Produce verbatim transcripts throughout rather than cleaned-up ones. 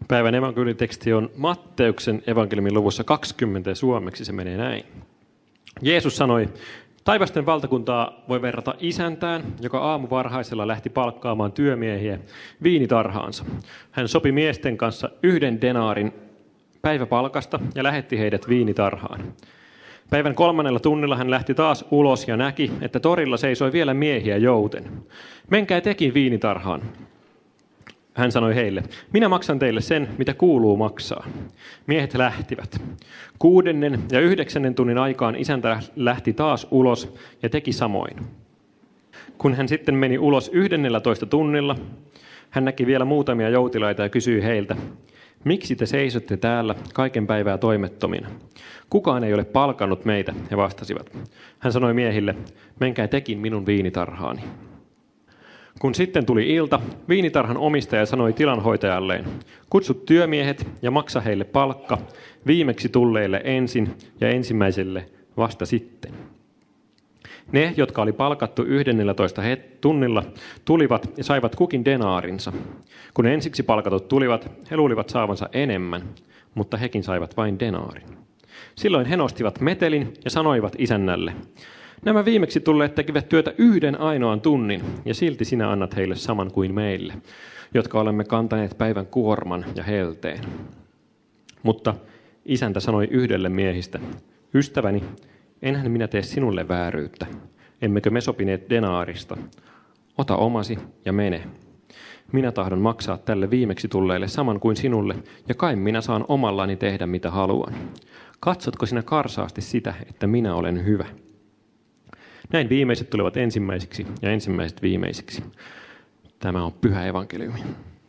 Päivän evankeliumiteksti on Matteuksen evankeliumin luvussa kaksikymmentä ja suomeksi se menee näin. Jeesus sanoi, taivasten valtakuntaa voi verrata isäntään, joka aamu varhaisella lähti palkkaamaan työmiehiä viinitarhaansa. Hän sopi miesten kanssa yhden denaarin päiväpalkasta ja lähetti heidät viinitarhaan. Päivän kolmannella tunnilla hän lähti taas ulos ja näki, että torilla seisoi vielä miehiä jouten. Menkää tekin viinitarhaan. Hän sanoi heille, minä maksan teille sen, mitä kuuluu maksaa. Miehet lähtivät. Kuudennen ja yhdeksännen tunnin aikaan isäntä lähti taas ulos ja teki samoin. Kun hän sitten meni ulos yhdennellätoista tunnilla, hän näki vielä muutamia joutilaita ja kysyi heiltä, miksi te seisotte täällä kaiken päivää toimettomina? Kukaan ei ole palkannut meitä, he vastasivat. Hän sanoi miehille, menkää tekin minun viinitarhaani. Kun sitten tuli ilta, viinitarhan omistaja sanoi tilanhoitajalleen, kutsu työmiehet ja maksa heille palkka, viimeksi tulleille ensin ja ensimmäiselle vasta sitten. Ne, jotka oli palkattu yhdennellätoista tunnilla, tulivat ja saivat kukin denaarinsa. Kun ensiksi palkatut tulivat, he luulivat saavansa enemmän, mutta hekin saivat vain denaarin. Silloin he nostivat metelin ja sanoivat isännälle, nämä viimeksi tulleet tekivät työtä yhden ainoan tunnin, ja silti sinä annat heille saman kuin meille, jotka olemme kantaneet päivän kuorman ja helteen. Mutta isäntä sanoi yhdelle miehistä, ystäväni, enhän minä tee sinulle vääryyttä, emmekö me sopineet denaarista. Ota omasi ja mene. Minä tahdon maksaa tälle viimeksi tulleelle saman kuin sinulle, ja kai minä saan omallani tehdä mitä haluan. Katsotko sinä karsaasti sitä, että minä olen hyvä? Näin viimeiset tulevat ensimmäisiksi ja ensimmäiset viimeisiksi. Tämä on pyhä evankeliumi.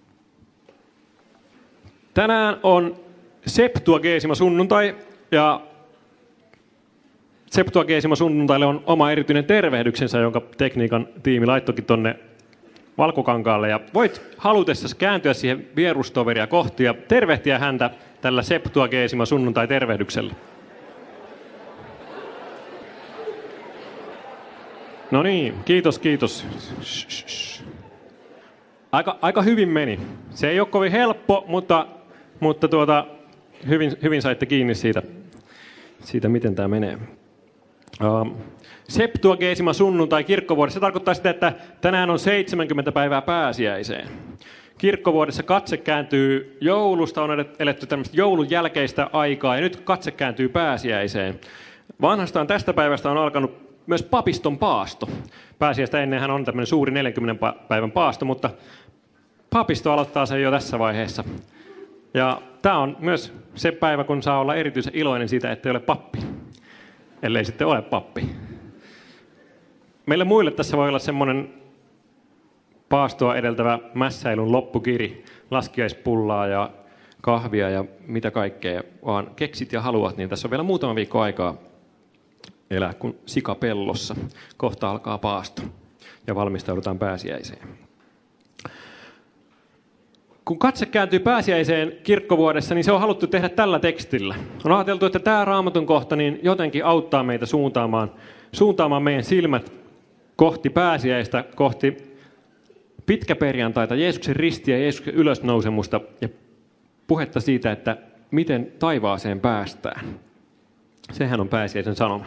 Tänään on Septuagesima sunnuntai ja Septuagesima sunnuntaille on oma erityinen tervehdyksensä, jonka tekniikan tiimi laittokin tonne valkokankaalle. Ja voit halutessasi kääntyä siihen vierustoveria kohti ja tervehtiä häntä tällä Septuagesima sunnuntai tervehdyksellä. No niin, kiitos, kiitos. Aika, aika hyvin meni. Se ei ole kovin helppo, mutta, mutta tuota, hyvin, hyvin saitte kiinni siitä, siitä miten tämä menee. Uh, Septuagesima sunnuntai kirkkovuodessa. Se tarkoittaa sitä, että tänään on seitsemänkymmentä päivää pääsiäiseen. Kirkkovuodessa katse kääntyy joulusta, on eletty tämmöistä joulun jälkeistä aikaa, ja nyt katse kääntyy pääsiäiseen. Vanhastaan tästä päivästä on alkanut myös papiston paasto. Pääsiäistä ennenhän on tämmöinen suuri neljänkymmenen päivän paasto, mutta papisto aloittaa sen jo tässä vaiheessa. Ja tämä on myös se päivä, kun saa olla erityisen iloinen siitä, ettei ole pappi. Ellei sitten ole pappi. Meille muille tässä voi olla semmoinen paastoa edeltävä mässäilyn loppukiri, laskiaispullaa ja kahvia ja mitä kaikkea, vaan keksit ja haluat, niin tässä on vielä muutama viikko aikaa elää kuin sika pellossa. Kohta alkaa paasto ja valmistaudutaan pääsiäiseen. Kun katse kääntyy pääsiäiseen kirkkovuodessa, niin se on haluttu tehdä tällä tekstillä. On ajateltu, että tämä Raamatun kohta niin jotenkin auttaa meitä suuntaamaan, suuntaamaan meidän silmät kohti pääsiäistä, kohti pitkäperjantaita, Jeesuksen ristiä ja Jeesuksen ylösnousemusta ja puhetta siitä, että miten taivaaseen päästään. Sehän on pääsiäisen sanoma.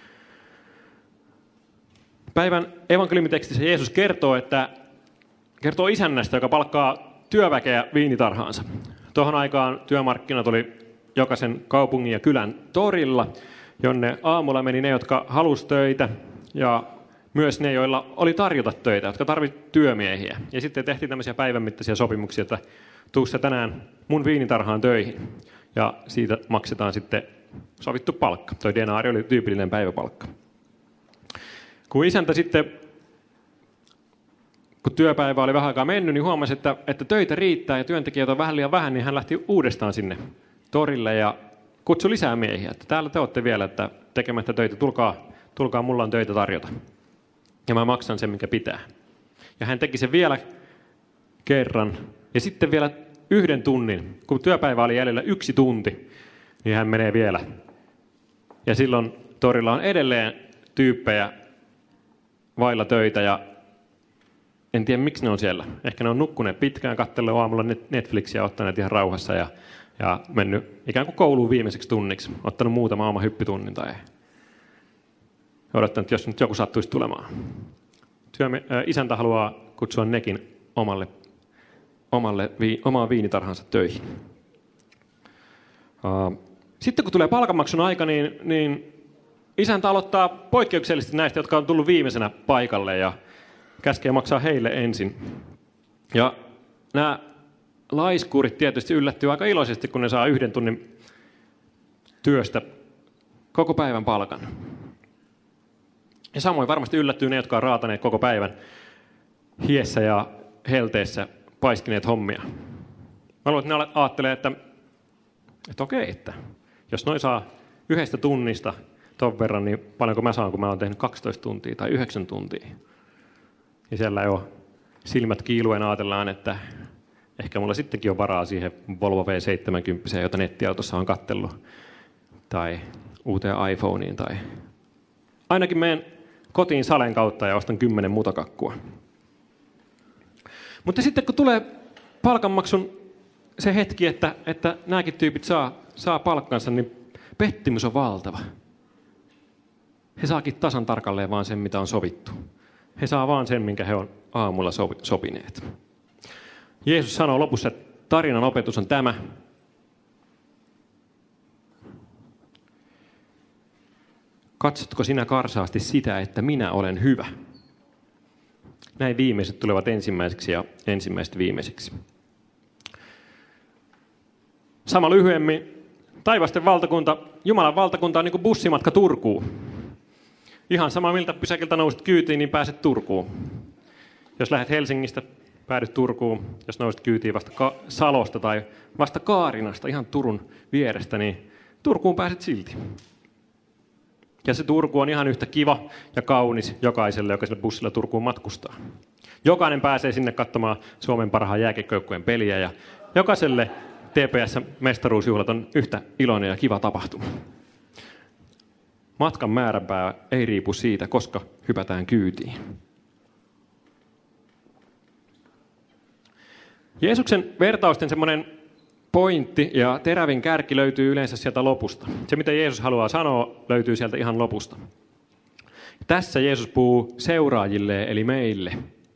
Päivän evankeliumitekstissä Jeesus kertoo, että kertoo isännästä, joka palkkaa työväkeä viinitarhaansa. Tuohon aikaan työmarkkinat oli jokaisen kaupungin ja kylän torilla, jonne aamulla meni ne, jotka halusi töitä, ja myös ne, joilla oli tarjota töitä, jotka tarvitsi työmiehiä. Ja sitten tehtiin tämmöisiä päivän mittaisia sopimuksia, että tuu sä tänään mun viinitarhaan töihin. Ja siitä maksetaan sitten sovittu palkka. Toi denaari oli tyypillinen päiväpalkka. Kun isäntä sitten, kun työpäivä oli vähän aikaa mennyt, niin huomasi, että, että töitä riittää ja työntekijöitä on vähän liian vähän, niin hän lähti uudestaan sinne torille ja kutsui lisää miehiä. Että täällä te olette vielä, että tekemättä töitä, tulkaa, tulkaa, mulla on töitä tarjota. Ja mä maksan sen, mikä pitää. Ja hän teki sen vielä kerran ja sitten vielä yhden tunnin. Kun työpäivä oli jäljellä yksi tunti, niin hän menee vielä. Ja silloin torilla on edelleen tyyppejä vailla töitä ja En tiedä, miksi ne on siellä. Ehkä ne on nukkuneet pitkään, katselleet aamulla Netflixiä, ottaneet ihan rauhassa ja, ja mennyt ikään kuin kouluun viimeiseksi tunniksi. Ottanut muutama oma hyppytunnin tai odottanut, jos nyt joku sattuisi tulemaan. Työme, ä, isäntä haluaa kutsua nekin omalle, omalle, vi, omaan viinitarhansa töihin. Uh, sitten kun tulee palkanmaksun aika, niin, niin isäntä aloittaa poikkeuksellisesti näistä, jotka on tullut viimeisenä paikalle ja käskee maksaa heille ensin. Ja nämä laiskuurit tietysti yllättyy aika iloisesti, kun ne saa yhden tunnin työstä koko päivän palkan. Ja samoin varmasti yllättyy ne, jotka on raataneet koko päivän hiessä ja helteessä paiskineet hommia. Mä luulen, että ne ajattelee, että, että okei, että jos noin saa yhdestä tunnista ton verran, niin paljonko mä saan, kun mä oon tehnyt kaksitoista tuntia tai yhdeksän tuntia. Ja siellä jo silmät kiiluen ajatellaan, että ehkä mulla sittenkin on varaa siihen Volvo V seitsemänkymmentä, jota nettiautossa on kattellut, tai uuteen iPhoneen, tai ainakin menen kotiin salen kautta ja ostan kymmenen mutakakkua. Mutta sitten kun tulee palkanmaksun se hetki, että, että nämäkin tyypit saa, saa palkkansa, niin pettymys on valtava. He saakin tasan tarkalleen vaan sen, mitä on sovittu. He saa vaan sen, minkä he on aamulla sopineet. Jeesus sanoo lopussa, että tarinan opetus on tämä. Katsotko sinä karsaasti sitä, että minä olen hyvä? Näin viimeiset tulevat ensimmäiseksi ja ensimmäiset viimeiseksi. Sama lyhyemmin. Taivasten valtakunta, Jumalan valtakunta on niin kuin bussimatka Turkuun. Ihan sama miltä pysäkiltä nousit kyytiin, niin pääset Turkuun. Jos lähdet Helsingistä, päädyt Turkuun. Jos nousit kyytiin vasta Ka- Salosta tai vasta Kaarinasta, ihan Turun vierestä, niin Turkuun pääset silti. Ja se Turku on ihan yhtä kiva ja kaunis jokaiselle, joka sillä bussilla Turkuun matkustaa. Jokainen pääsee sinne katsomaan Suomen parhaan jääkiekkojoukkueen peliä ja jokaiselle T P S-mestaruusjuhlat on yhtä iloinen ja kiva tapahtuma. Matkan määränpää ei riipu siitä, koska hypätään kyytiin. Jeesuksen vertausten semmoinen pointti ja terävin kärki löytyy yleensä sieltä lopusta. Se, mitä Jeesus haluaa sanoa, löytyy sieltä ihan lopusta. Tässä Jeesus puhuu seuraajille, eli meille.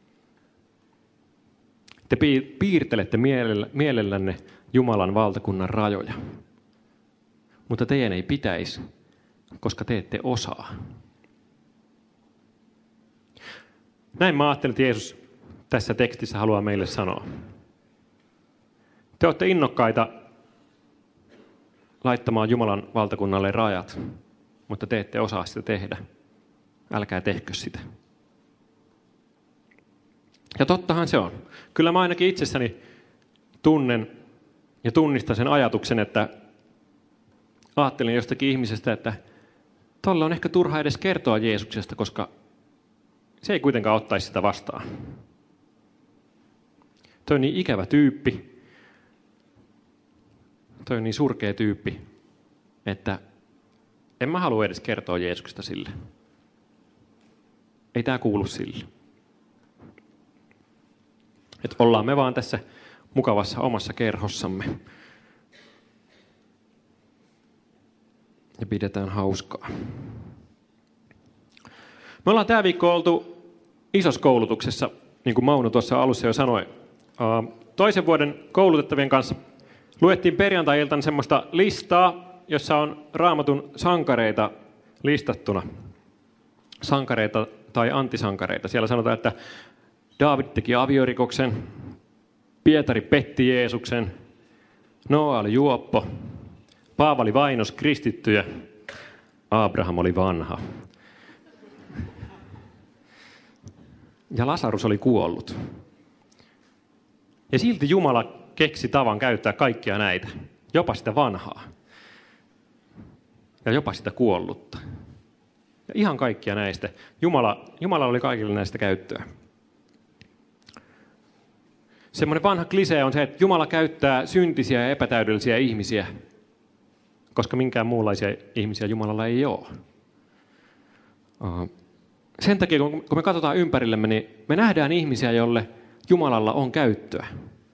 Te piirtelette mielellänne Jumalan valtakunnan rajoja. Mutta teidän ei pitäisi, koska te ette osaa. Näin mä ajattelin, että Jeesus tässä tekstissä haluaa meille sanoa. Te olette innokkaita laittamaan Jumalan valtakunnalle rajat, mutta te ette osaa sitä tehdä. Älkää tehkö sitä. Ja tottahan se on. Kyllä mä ainakin itsessäni tunnen ja tunnistan sen ajatuksen, että ajattelin jostakin ihmisestä, että tolle on ehkä turha edes kertoa Jeesuksesta, koska se ei kuitenkaan ottaisi sitä vastaan. Toi on niin ikävä tyyppi. Toi on niin surkea tyyppi, että en mä halua edes kertoa Jeesuksesta sille. Ei tää kuulu sille. Että ollaan me vaan tässä mukavassa omassa kerhossamme. Ja pidetään hauskaa. Me ollaan tämä viikko oltu isossa koulutuksessa, niin kuin Mauno tuossa alussa jo sanoi. Toisen vuoden koulutettavien kanssa luettiin perjantai-iltana semmoista listaa, jossa on Raamatun sankareita listattuna. Sankareita tai antisankareita. Siellä sanotaan, että Daavid teki aviorikoksen, Pietari petti Jeesuksen, Noa oli juoppo, Paavali vainos kristittyjä, Abraham oli vanha. Ja Lasarus oli kuollut. Ja silti Jumala keksi tavan käyttää kaikkia näitä, jopa sitä vanhaa ja jopa sitä kuollutta. Ja ihan kaikkia näistä. Jumala, Jumala oli kaikille näistä käyttöä. Semmoinen vanha klisee on se, että Jumala käyttää syntisiä ja epätäydellisiä ihmisiä, koska minkään muunlaisia ihmisiä Jumalalla ei ole. sen takia, kun me katsotaan ympärillemme, niin me nähdään ihmisiä, jolle Jumalalla on käyttöä.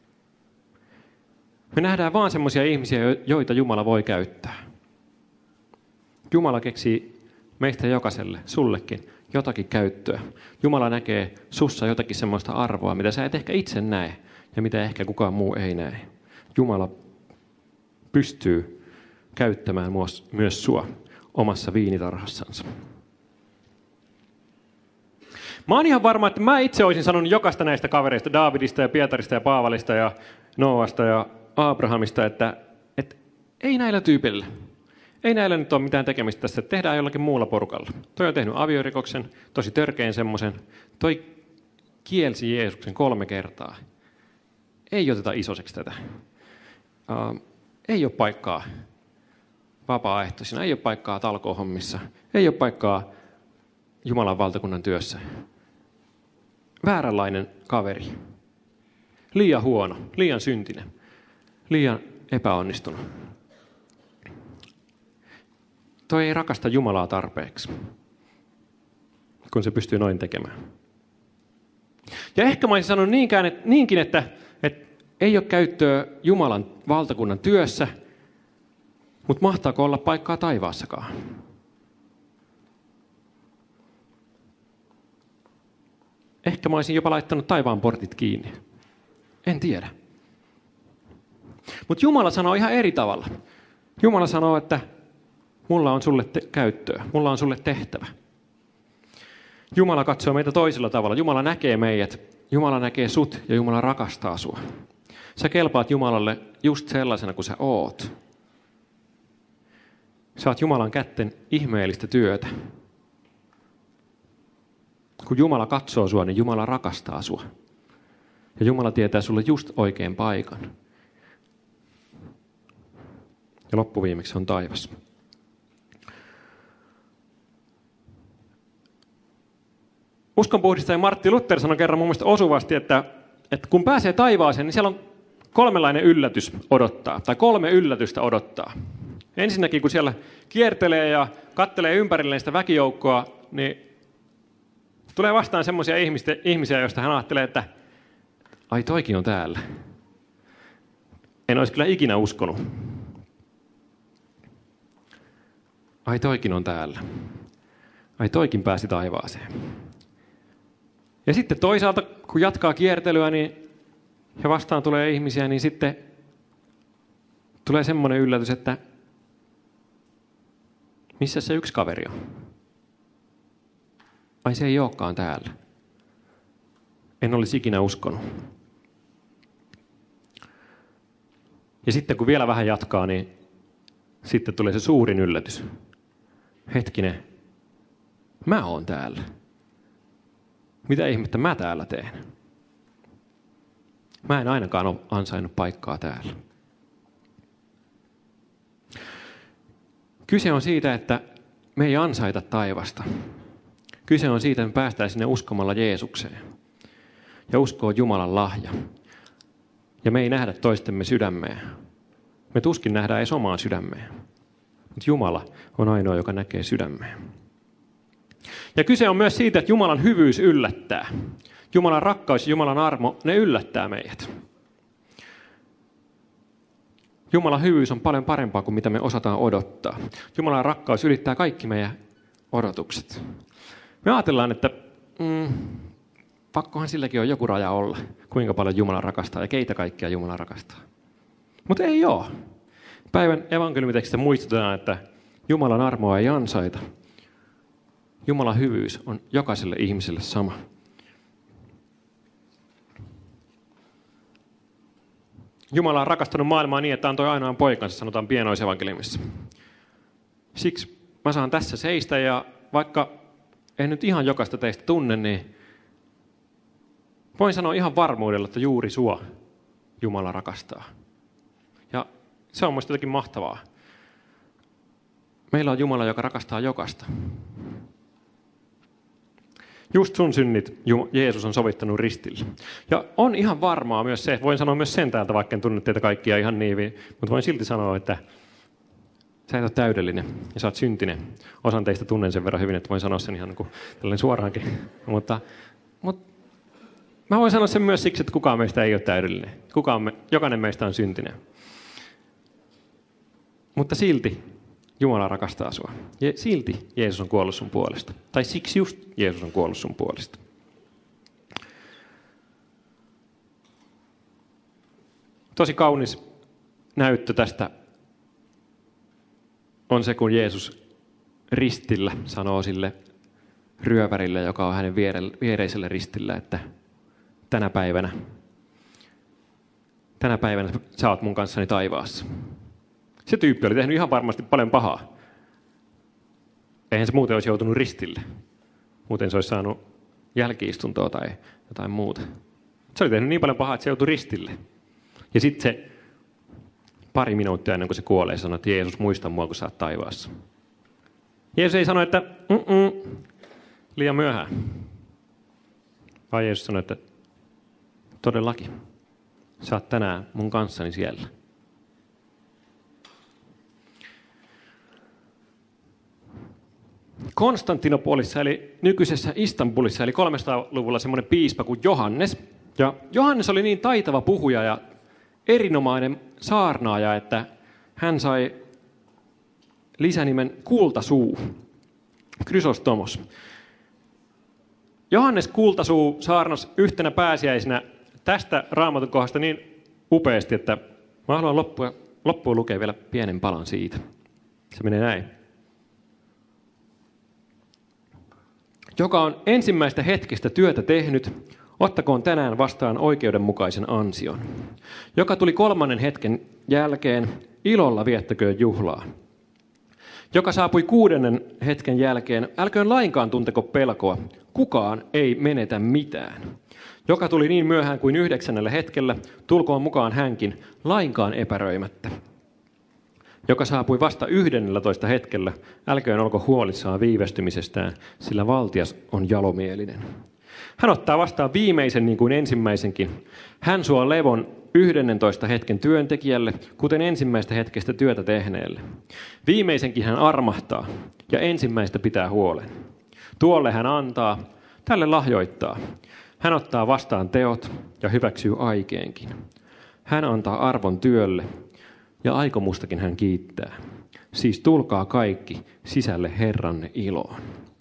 Me nähdään vaan semmoisia ihmisiä, joita Jumala voi käyttää. Jumala keksii meistä jokaiselle, sullekin, jotakin käyttöä. Jumala näkee sussa jotakin semmoista arvoa, mitä sä et ehkä itse näe ja mitä ehkä kukaan muu ei näe. Jumala pystyy käyttämään myös sua omassa viinitarhassansa. Mä oon ihan varma, että mä itse olisin sanonut jokaista näistä kavereista, Daavidista ja Pietarista ja Paavalista ja Noasta ja Abrahamista, että, että ei näillä tyypillä. Ei näillä nyt ole mitään tekemistä tässä, että tehdään jollakin muulla porukalla. Toi on tehnyt aviorikoksen, tosi törkeän semmoisen. Toi kielsi Jeesuksen kolme kertaa. Ei oteta isoseksi tätä. Uh, ei ole paikkaa vapaaehtoisina, ei ole paikkaa talkoohommissa, ei ole paikkaa Jumalan valtakunnan työssä. Vääränlainen kaveri. Liian huono, liian syntinen, liian epäonnistunut. Toi ei rakasta Jumalaa tarpeeksi, kun se pystyy noin tekemään. Ja ehkä mä olisin sanonut niinkään, että, niinkin, että, että ei ole käyttöä Jumalan valtakunnan työssä, mutta mahtaako olla paikkaa taivaassakaan? Ehkä mä olisin jopa laittanut taivaan portit kiinni. En tiedä. Mutta Jumala sanoo ihan eri tavalla. Jumala sanoo, että mulla on sulle te- käyttöä, mulla on sulle tehtävä. Jumala katsoo meitä toisella tavalla. Jumala näkee meidät, Jumala näkee sut ja Jumala rakastaa sua. Sä kelpaat Jumalalle just sellaisena kuin sä oot. Sä oot Jumalan kätten ihmeellistä työtä. Kun Jumala katsoo sua, niin Jumala rakastaa sua. Ja Jumala tietää sulle just oikein paikan. Ja loppuviimeksi on taivas. Uskonpuhdistaja Martti Luther sanoi kerran mun mielestä osuvasti, että, että kun pääsee taivaaseen, niin siellä on kolmenlainen yllätys odottaa, tai kolme yllätystä odottaa. Ensinnäkin, kun siellä kiertelee ja kattelee ympärilleen sitä väkijoukkoa, niin tulee vastaan semmoisia ihmisiä, joista hän ajattelee, että ai toikin on täällä. En olisi kyllä ikinä uskonut. Ai toikin on täällä. Ai toikin pääsi taivaaseen. Ja sitten toisaalta, kun jatkaa kiertelyä, niin ja vastaan tulee ihmisiä, niin sitten tulee semmoinen yllätys, että missä se yksi kaveri on? Ai se ei olekaan täällä. En olisi ikinä uskonut. Ja sitten kun vielä vähän jatkaa, niin sitten tulee se suurin yllätys. Hetkinen, mä oon täällä. Mitä ihmettä mä täällä teen? Mä en ainakaan ole ansainnut paikkaa täällä. Kyse on siitä, että me ei ansaita taivasta. Kyse on siitä, että me päästään sinne uskomalla Jeesukseen. Ja uskoo Jumalan lahja. Ja me ei nähdä toistemme sydämeen. Me tuskin nähdään edes omaa sydämeen. Mutta Jumala on ainoa, joka näkee sydämeen. Ja kyse on myös siitä, että Jumalan hyvyys yllättää. Jumalan rakkaus ja Jumalan armo, ne yllättää meidät. Jumalan hyvyys on paljon parempaa kuin mitä me osataan odottaa. Jumalan rakkaus ylittää kaikki meidän odotukset. Me ajatellaan, että mm, pakkohan silläkin on joku raja olla, kuinka paljon Jumala rakastaa ja keitä kaikkia Jumala rakastaa. Mutta ei ole. Päivän evankeliumitekstistä muistutetaan, että Jumalan armoa ei ansaita. Jumalan hyvyys on jokaiselle ihmiselle sama. Jumala on rakastanut maailmaa niin, että antoi ainoan poikansa, sanotaan pienoisevankeliumissa. Siksi mä saan tässä seistä ja vaikka en nyt ihan jokaista teistä tunne, niin voin sanoa ihan varmuudella, että juuri sua Jumala rakastaa. Ja se on musta jotenkin mahtavaa. Meillä on Jumala, joka rakastaa jokaista. Just sun synnit Jeesus on sovittanut ristille. Ja on ihan varmaa myös se, voin sanoa myös sen täältä, vaikka en tunne teitä kaikkia ihan niin, mutta voin silti sanoa, että Sä et ole täydellinen ja sä oot syntinen. Osan teistä tunnen sen verran hyvin, että voin sanoa sen ihan niin kuin tällainen suoraankin. Mutta, mutta mä voin sanoa sen myös siksi, että kukaan meistä ei ole täydellinen. Kukaan me, jokainen meistä on syntinen. Mutta silti Jumala rakastaa sua. Ja silti Jeesus on kuollut sun puolesta. Tai siksi just Jeesus on kuollut sun puolesta. Tosi kaunis näyttö tästä on se, kun Jeesus ristillä sanoo sille ryövärille, joka on hänen viereisellä ristillä, että tänä päivänä, tänä päivänä sä oot mun kanssani taivaassa. Se tyyppi oli tehnyt ihan varmasti paljon pahaa. Eihän se muuten olisi joutunut ristille. Muuten se olisi saanut jälki-istuntoa tai jotain muuta. Se oli tehnyt niin paljon pahaa, että se joutui ristille. Ja sitten se pari minuuttia ennen kuin se kuolee, sanoi, että Jeesus, muista mua, kun sä oot taivaassa. Jeesus ei sano, että Mm-mm, liian myöhään. Vaan Jeesus sanoi, että todellakin, sä oot tänään mun kanssani siellä. Konstantinopolissa, eli nykyisessä Istanbulissa, eli kolmesataaluvulla semmoinen piispa kuin Johannes. Ja Johannes oli niin taitava puhuja ja erinomainen saarnaaja, että hän sai lisänimen Kultasuu, Chrysostomos. Johannes Kultasuu saarnasi yhtenä pääsiäisenä tästä Raamatun kohdasta niin upeasti, että mä haluan loppuun, loppuun lukea vielä pienen palan siitä. Se menee näin. Joka on ensimmäistä hetkestä työtä tehnyt, ottakoon tänään vastaan oikeudenmukaisen ansion. Joka tuli kolmannen hetken jälkeen, ilolla viettäköön juhlaa. Joka saapui kuudennen hetken jälkeen, älköön lainkaan tunteko pelkoa, kukaan ei menetä mitään. Joka tuli niin myöhään kuin yhdeksännellä hetkellä, tulkoon mukaan hänkin, lainkaan epäröimättä. Joka saapui vasta yhdennellätoista hetkellä, älköön olko huolissaan viivästymisestään, sillä valtias on jalomielinen. Hän ottaa vastaan viimeisen niin kuin ensimmäisenkin. Hän suo levon yhdennentoista hetken työntekijälle, kuten ensimmäistä hetkestä työtä tehneelle. Viimeisenkin hän armahtaa ja ensimmäistä pitää huolen. Tuolle hän antaa, tälle lahjoittaa. Hän ottaa vastaan teot ja hyväksyy aikeenkin. Hän antaa arvon työlle ja aikomustakin hän kiittää. Siis tulkaa kaikki sisälle Herranne iloon.